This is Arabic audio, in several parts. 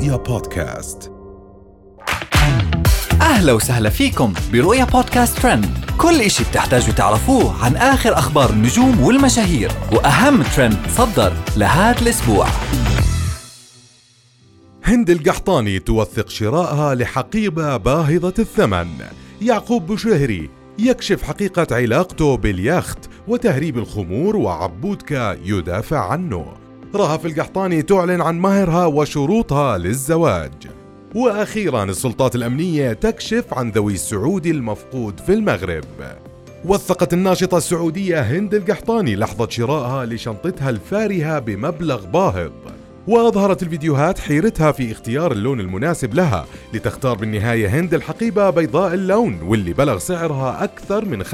رؤيا بودكاست. أهلا وسهلا فيكم برؤيا بودكاست ترند. كل إشي بتحتاجوا تعرفوه عن آخر أخبار النجوم والمشاهير وأهم ترند صدر لهذا الأسبوع. هند القحطاني توثق شرائها لحقيبة باهظة الثمن. يعقوب بوشهري يكشف حقيقة علاقته باليخت وتهريب الخمور، وعبودكا يدافع عنه. رهف القحطاني تعلن عن مهرها وشروطها للزواج. وأخيراً السلطات الأمنية تكشف عن ذوي السعودي المفقود في المغرب. وثقت الناشطة السعودية هند القحطاني لحظة شرائها لشنطتها الفارهة بمبلغ باهظ، وأظهرت الفيديوهات حيرتها في اختيار اللون المناسب لها، لتختار بالنهاية هند الحقيبة بيضاء اللون واللي بلغ سعرها أكثر من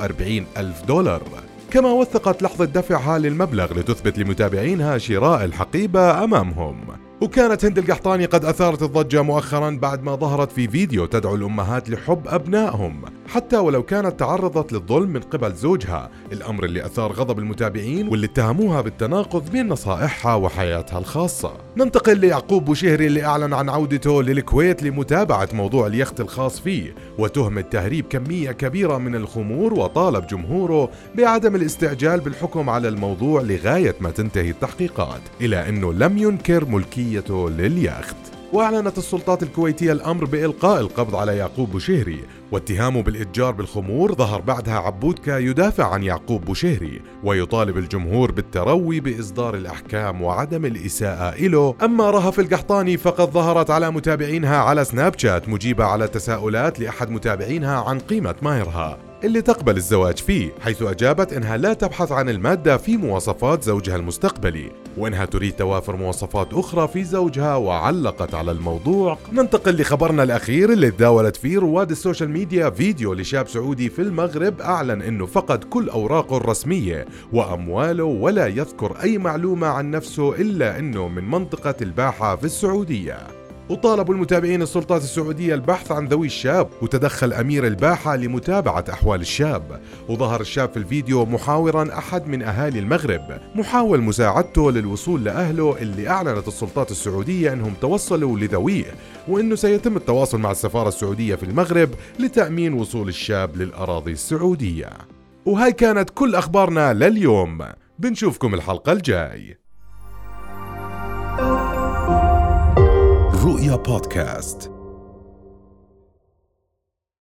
45,000 دولار. كما وثقت لحظة دفعها للمبلغ لتثبت لمتابعينها شراء الحقيبة أمامهم. وكانت هند القحطاني قد أثارت الضجة مؤخرا بعد ما ظهرت في فيديو تدعو الأمهات لحب أبنائهم حتى ولو كانت تعرضت للظلم من قبل زوجها، الأمر اللي أثار غضب المتابعين واللي اتهموها بالتناقض بين نصائحها وحياتها الخاصة. ننتقل ليعقوب بوشهري اللي أعلن عن عودته للكويت لمتابعة موضوع اليخت الخاص فيه وتهمة تهريب كمية كبيرة من الخمور، وطالب جمهوره بعدم الاستعجال بالحكم على الموضوع لغاية ما تنتهي التحقيقات، إلى أنه لم ينكر ملكيته لليخت. وأعلنت السلطات الكويتية الأمر بإلقاء القبض على يعقوب بوشهري، واتهامه بالإتجار بالخمور ظهر بعدها عبودكا يدافع عن يعقوب بوشهري ويطالب الجمهور بالتروي بإصدار الأحكام وعدم الإساءة إله. أما رهف القحطاني فقد ظهرت على متابعينها على سناب شات مجيبة على تساؤلات لأحد متابعينها عن قيمة مهرها اللي تقبل الزواج فيه، حيث أجابت إنها لا تبحث عن المادة في مواصفات زوجها المستقبلي، وإنها تريد توافر مواصفات أخرى في زوجها، وعلقت على الموضوع. ننتقل لخبرنا الأخير اللي تداولت فيه رواد السوشيال ميديا فيديو لشاب سعودي في المغرب أعلن إنه فقد كل أوراقه الرسمية وأمواله، ولا يذكر أي معلومة عن نفسه إلا إنه من منطقة الباحة في السعودية. وطالبوا المتابعين السلطات السعودية البحث عن ذوي الشاب، وتدخل أمير الباحة لمتابعة أحوال الشاب. وظهر الشاب في الفيديو محاورا أحد من أهالي المغرب محاول مساعدته للوصول لأهله، اللي أعلنت السلطات السعودية أنهم توصلوا لذويه، وأنه سيتم التواصل مع السفارة السعودية في المغرب لتأمين وصول الشاب للأراضي السعودية. وهاي كانت كل أخبارنا لليوم، بنشوفكم الحلقة الجاي. رؤيا بودكاست.